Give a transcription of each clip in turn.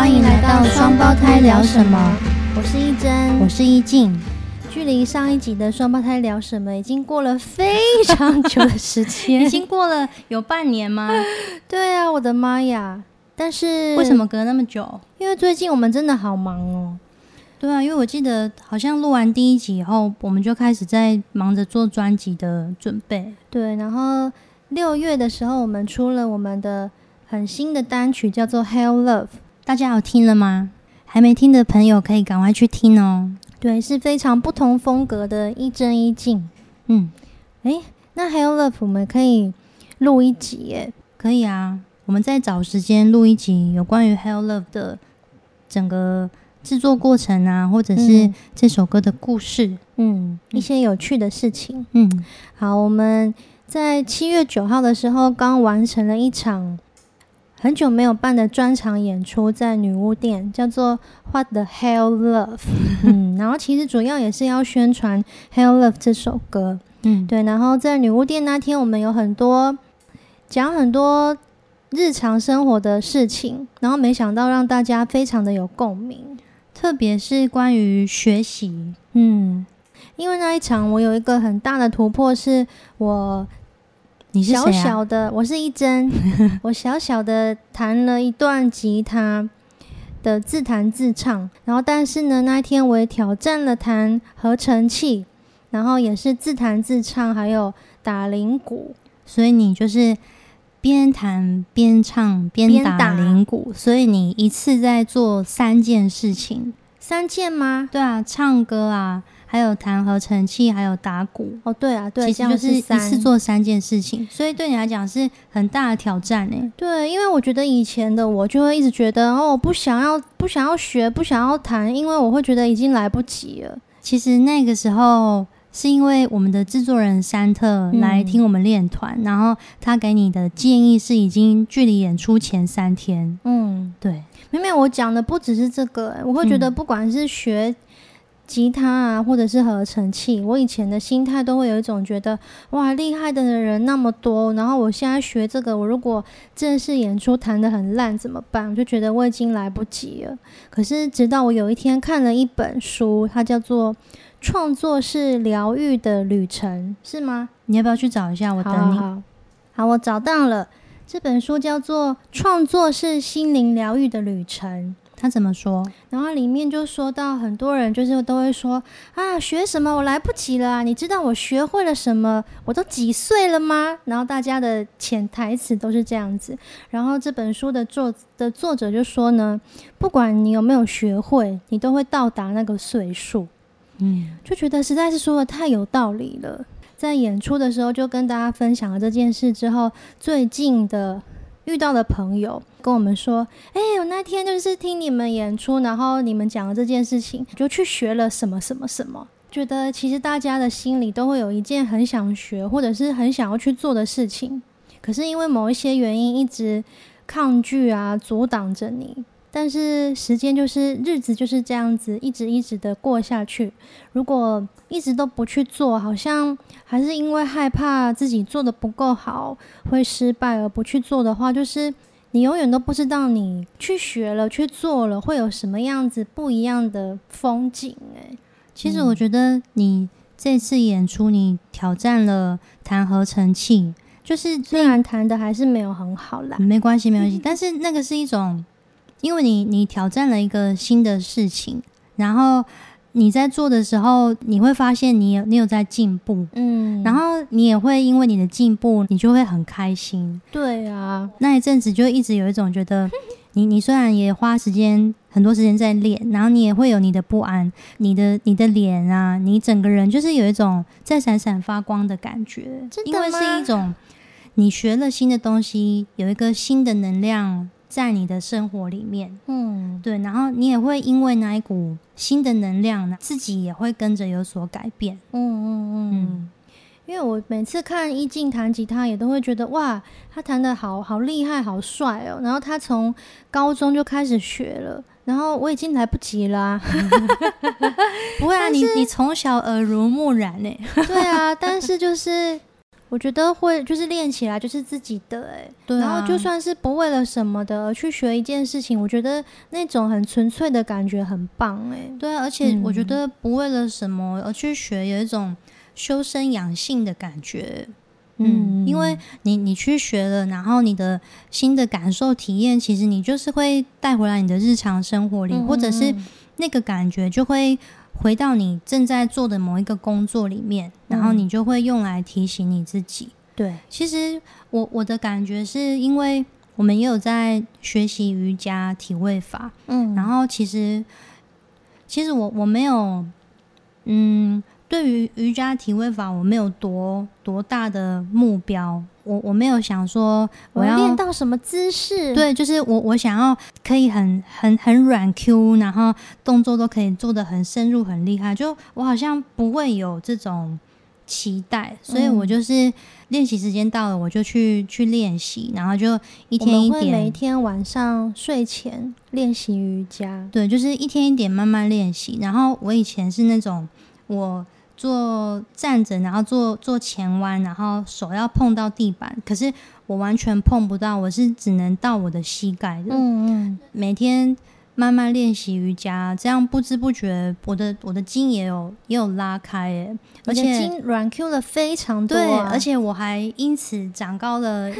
欢迎来到双胞胎聊什么。 我是一真， 我是一静。 距离上一集的双胞胎聊什么已经过了非常久的时间已经过了有半年吗？ 对啊，我的妈呀！但是为什么隔那么久？ 因为最近我们真的好忙哦。 对啊，因为我记得好像录完第一集以后，我们就开始在忙着做专辑的准备。 对，然后6月的时候我们出了我们的很新的单曲，叫做 Hell Love。 大家有听了吗？还没听的朋友可以赶快去听哦。 对，是非常不同风格的一真一静。那 Hell Love 我们可以录一集耶。 可以啊，我们再找时间录一集有关于 Hell Love 的整个制作过程啊，或者是这首歌的故事， 一些有趣的事情。好，我们在7月9号的时候刚完成了一场很久没有办的专场演出，在女巫店，叫做 What the Hell Love。然后其实主要也是要宣传 Hell Love 这首歌。对，然后在女巫店那天我们有讲很多日常生活的事情，然后没想到让大家非常的有共鸣， 特别是关于学习。 因为那一场我有一个很大的突破，是你是谁啊？ 小小的，我是一真我小小的弹了一段吉他的自弹自唱，然后但是呢那一天我也挑战了弹合成器，然后也是自弹自唱，还有打铃鼓。 所以你就是边弹边唱边打铃鼓，所以你一次在做3件事情。 3件吗？ 对啊，唱歌啊，还有弹合成器，还有打鼓。 对啊，对， 其实就是一次做3件事情，所以对你来讲是很大的挑战欸。 对，因为我觉得以前的我就会一直觉得我不想要学，不想要弹，因为我会觉得已经来不及了。 其实那个时候是因为我们的制作人山特来听我们练团，然后他给你的建议是已经距离演出前3天。对， 没有，我讲的不只是这个，我会觉得不管是学吉他啊，或者是合成器，我以前的心态都会有一种觉得哇，厉害的人那么多，然后我现在学这个，我如果正式演出弹得很烂怎么办？我就觉得我已经来不及了。可是直到我有一天看了一本书，它叫做创作是疗愈的旅程，是吗？ 你要不要去找一下？我等你。 好，我找到了。这本书叫做《创作是心灵疗愈的旅程》。 他怎么说？ 然后里面就说到很多人就是都会说啊，学什么我来不及了啊，你知道我学会了什么，我都几岁了吗？然后大家的潜台词都是这样子。然后这本书的作者就说呢，不管你有没有学会，你都会到达那个岁数。就觉得实在是说的太有道理了。在演出的时候就跟大家分享了这件事之后，最近的遇到的朋友跟我们说，我那天就是听你们演出，然后你们讲了这件事情，就去学了什么什么什么。觉得其实大家的心里都会有一件很想学或者是很想要去做的事情，可是因为某一些原因一直抗拒啊，阻挡着你。但是时间就是日子就是这样子一直的过下去，如果一直都不去做，好像还是因为害怕自己做的不够好会失败而不去做的话，就是你永远都不知道你去学了去做了会有什么样子不一样的风景。 其实我觉得你这次演出你挑战了弹合成器，就是虽然弹的还是没有很好啦， 没关系但是那个是一种，因为你挑战了一个新的事情，然后你在做的时候你会发现你有在进步，然后你也会因为你的进步你就会很开心。 对啊， 那一阵子就一直有一种觉得你虽然也花很多时间在练，然后你也会有你的不安，你的脸啊，你整个人就是有一种在闪闪发光的感觉。 真的吗？ 因为是一种你学了新的东西，有一个新的能量在你的生活里面。对，然后你也会因为那一股新的能量自己也会跟着有所改变。 因为我每次看一静弹吉他也都会觉得哇，他弹得好厉害好帅哦，然后他从高中就开始学了，然后我已经来不及啦。 不会啊，你从小耳濡目染欸。 对啊，但是就是我觉得会就是练起来就是自己的对啊， 然后就算是不为了什么的而去学一件事情，我觉得那种很纯粹的感觉很棒对啊，而且我觉得不为了什么而去学，有一种修身养性的感觉。因为你去学了，然后你的新的感受体验，其实你就是会带回来你的日常生活里，或者是那个感觉就会回到你正在做的某一个工作里面，然后你就会用来提醒你自己。 对， 其实我的感觉是因为我们也有在学习瑜伽体位法，然后其实我没有对于瑜伽体位法我没有多大的目标，我没有想说我要练到什么姿势， 对，就是我想要可以很软 Q， 然后动作都可以做得很深入很厉害，就我好像不会有这种期待，所以我就是练习时间到了我就去练习，然后就一天一点， 我们会每一天晚上睡前练习瑜伽， 对，就是一天一点慢慢练习。然后我以前是那种我做站着，然后做前弯，然后手要碰到地板，可是我完全碰不到，我是只能到我的膝盖的。每天慢慢练习瑜伽，这样不知不觉我的筋也有拉开耶，而且筋软 Q 了非常多对，而且我还因此长高了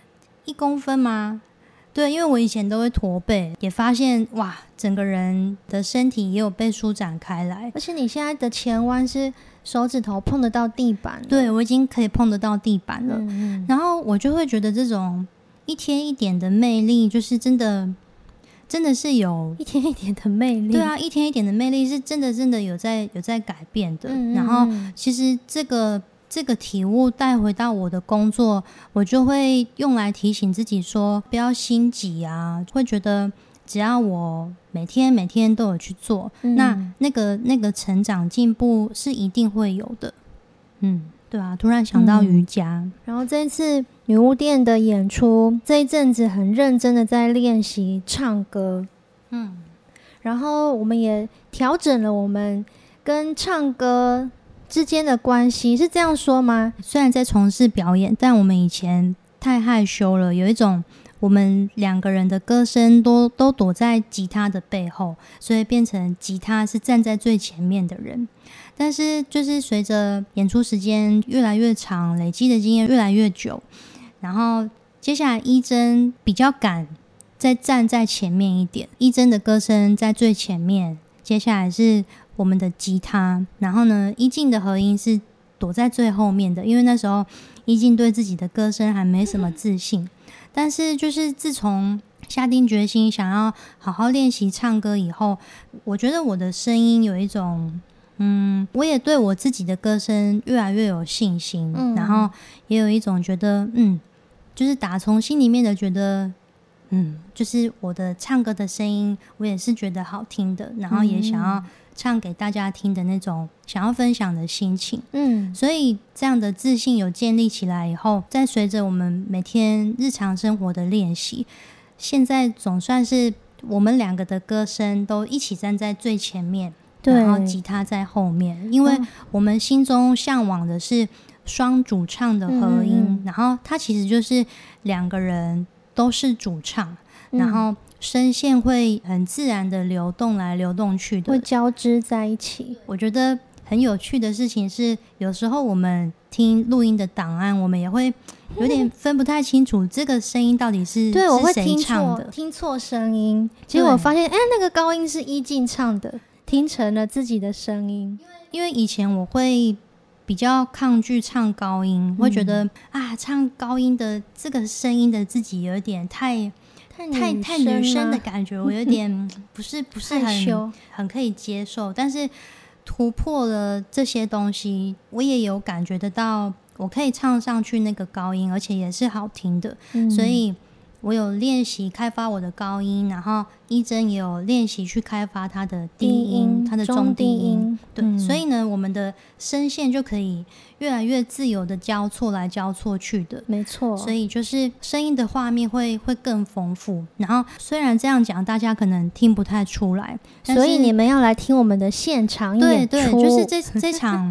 1公分吗？对，因为我以前都会驼背，也发现哇，整个人的身体也有被舒展开来。 而且你现在的前弯是手指头碰得到地板了， 对，我已经可以碰得到地板了。然后我就会觉得这种一天一点的魅力，就是真的是有一天一点的魅力。 对啊，一天一点的魅力是真的有在改变的。然后其实这个体悟带回到我的工作，我就会用来提醒自己说不要心急啊，会觉得只要我每天都有去做，那个成长进步是一定会有的。对啊，突然想到瑜伽。 然后这次女巫店的演出，这一阵子很认真的在练习唱歌。然后我们也调整了我们跟唱歌之间的关系，是这样说吗？ 虽然在从事表演，但我们以前太害羞了，有一种我们2个人的歌声都躲在吉他的背后，所以变成吉他是站在最前面的人。但是就是随着演出时间越来越长，累积的经验越来越久，然后接下来依珍比较敢再站在前面一点，依珍的歌声在最前面，接下来是我们的吉他，然后呢，依静的和音是躲在最后面的，因为那时候依静对自己的歌声还没什么自信。但是就是自从下定决心想要好好练习唱歌以后，我觉得我的声音有一种我也对我自己的歌声越来越有信心，然后也有一种觉得就是打从心里面的觉得就是我的唱歌的声音我也是觉得好听的，然后也想要唱给大家听的那种想要分享的心情。所以这样的自信有建立起来以后，再随着我们每天日常生活的练习，现在总算是我们2个的歌声都一起站在最前面，然后吉他在后面，因为我们心中向往的是双主唱的合音，然后它其实就是2个人都是主唱，然后声线会很自然的流动来流动去的， 会交织在一起。 我觉得很有趣的事情是，有时候我们听录音的档案，我们也会有点分不太清楚这个声音到底是对，我会谁唱的， 听错声音，结果我发现那个高音是依静唱的，听成了自己的声音。 因为以前我会比较抗拒唱高音，会觉得唱高音的这个声音的自己有一点太女生的感觉，我有点不是很可以接受。但是突破了这些东西，我也有感觉得到我可以唱上去那个高音，而且也是好听的。所以我有练习开发我的高音，然后依珍也有练习去开发她的低音，她的中低音。对，所以呢，我们的声线就可以越来越自由的交错来交错去的。 没错， 所以就是声音的画面会更丰富。然后虽然这样讲大家可能听不太出来， 所以你们要来听我们的现场演出。 对，就是这场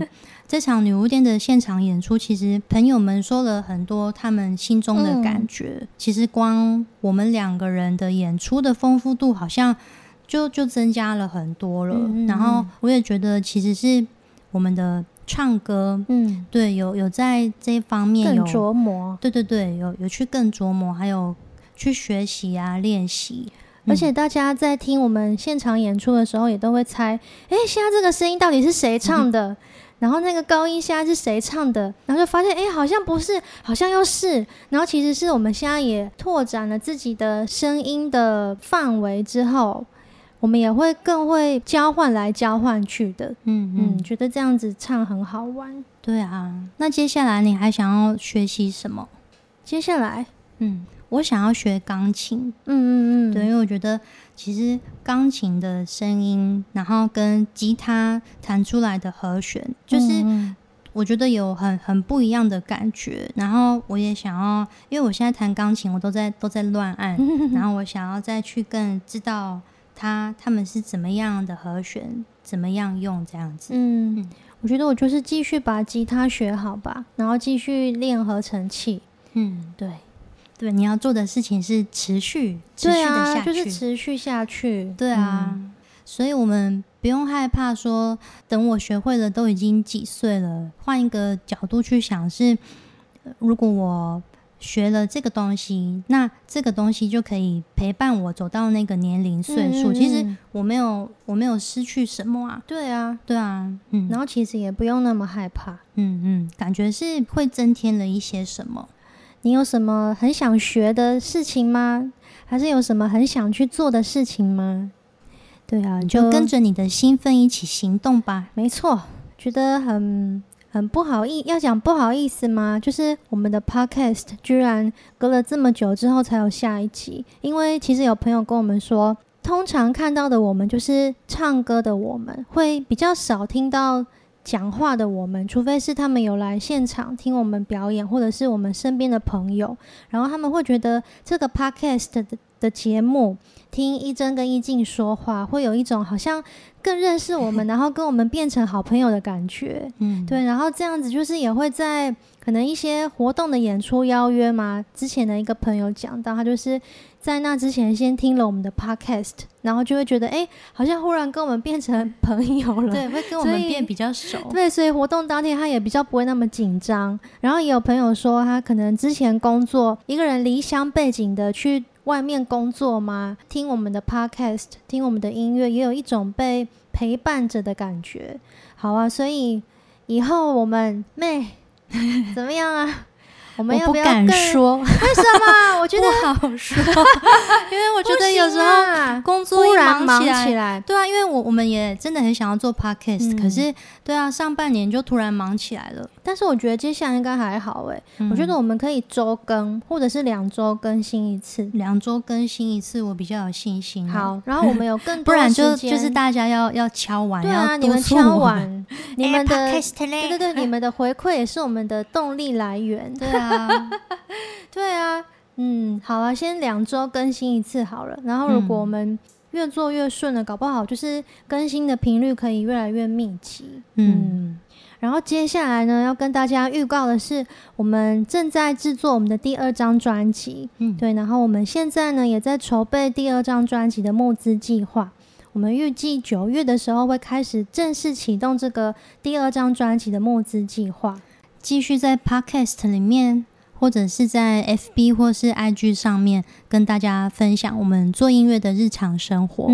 这场女巫店的现场演出，其实朋友们说了很多他们心中的感觉，其实光我们2个人的演出的丰富度好像就增加了很多了。然后我也觉得其实是我们的唱歌对，有在这一方面有更琢磨， 对，有去更琢磨，还有去学习啊练习。 而且大家在听我们现场演出的时候也都会猜，现在这个声音到底是谁唱的然后那个高音现在是谁唱的，然后就发现好像不是，好像又是，然后其实是我们现在也拓展了自己的声音的范围之后，我们也会更会交换来交换去的。觉得这样子唱很好玩。 对啊，那接下来你还想要学习什么？ 接下来我想要学钢琴。对，因为我觉得其实钢琴的声音，然后跟吉他弹出来的和弦，就是我觉得有很不一样的感觉。然后我也想要，因为我现在弹钢琴我都在乱按然后我想要再去更知道他们是怎么样的和弦，怎么样用这样子。 我觉得我就是继续把吉他学好吧，然后继续练合成器。 对，你要做的事情是持续的下去。 就是持续下去。 对啊，所以我们不用害怕说等我学会了都已经几岁了，换一个角度去想是如果我学了这个东西，那这个东西就可以陪伴我走到那个年龄岁数。其实我没有失去什么啊。 对啊， 然后其实也不用那么害怕。 感觉是会增添了一些什么。 你有什么很想学的事情吗？还是有什么很想去做的事情吗？对啊， 就跟着你的兴奋一起行动吧。 没错，觉得很不好意思，要讲不好意思吗？就是我们的 podcast 居然隔了这么久之后才有下一集。因为其实有朋友跟我们说，通常看到的我们就是唱歌的我们，会比较少听到讲话的我们，除非是他们有来现场听我们表演，或者是我们身边的朋友，然后他们会觉得这个 podcast 的节目听一真跟一静说话，会有一种好像更认识我们然后跟我们变成好朋友的感觉。对，然后这样子就是也会在可能一些活动的演出邀约嘛，之前的一个朋友讲到，他就是在那之前先听了我们的 podcast， 然后就会觉得好像忽然跟我们变成朋友了。 对，会跟我们变比较熟。 对，所以活动当天他也比较不会那么紧张。然后也有朋友说，他可能之前工作一个人离乡背景的去外面工作嘛，听我们的 podcast， 听我们的音乐，也有一种被陪伴着的感觉。好啊，所以以后我们怎么样啊？我们要不要我不敢说。 为什么？我觉得不好说因为我觉得有时候工作一忙起来，对啊，因为我们也真的很想要做 podcast，可是对啊，上半年就突然忙起来了。 但是我觉得接下来应该还好我觉得我们可以周更，或者是2周更新一次。 2周更新一次，我比较有信心。 好，然后我们有更多的时间， 不然就是大家要敲完。 对啊，你们敲完，你们的对，你们的回馈也是我们的动力来源。 对啊对啊，好啊，先2周更新一次好了。然后如果我们越做越顺了，搞不好就是更新的频率可以越来越密集。然后接下来呢，要跟大家预告的是，我们正在制作我们的第2张专辑。对，然后我们现在呢也在筹备第2张专辑的募资计划。我们预计9月的时候会开始正式启动这个第2张专辑的募资计划。 继续在 podcast 里面，或者是在 FB 或是 IG 上面跟大家分享我们做音乐的日常生活。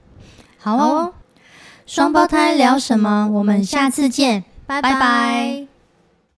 好哦，双胞胎聊什么？我们下次见，拜拜。